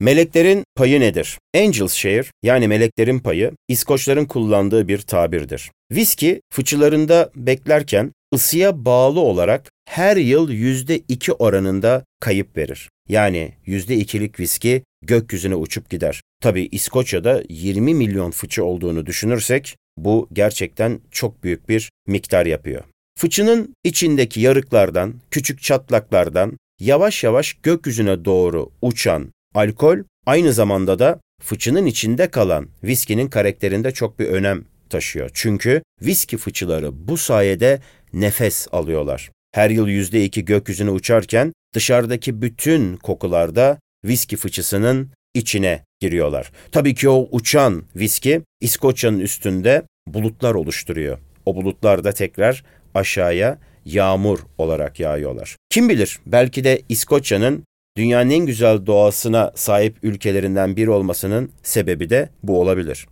Meleklerin payı nedir? Angels share yani meleklerin payı İskoçların kullandığı bir tabirdir. Viski fıçılarında beklerken ısıya bağlı olarak her yıl %2 oranında kayıp verir. Yani %2'lik viski gökyüzüne uçup gider. Tabii İskoçya'da 20 milyon fıçı olduğunu düşünürsek bu gerçekten çok büyük bir miktar yapıyor. Fıçının içindeki yarıklardan, küçük çatlaklardan yavaş yavaş gökyüzüne doğru uçan alkol aynı zamanda da fıçının içinde kalan viskinin karakterinde çok bir önem taşıyor. Çünkü viski fıçıları bu sayede nefes alıyorlar. Her yıl %2 gökyüzüne uçarken dışarıdaki bütün kokular da viski fıçısının içine giriyorlar. Tabii ki o uçan viski İskoçya'nın üstünde bulutlar oluşturuyor. O bulutlar da tekrar aşağıya yağmur olarak yağıyorlar. Kim bilir belki de İskoçya'nın dünyanın en güzel doğasına sahip ülkelerinden biri olmasının sebebi de bu olabilir.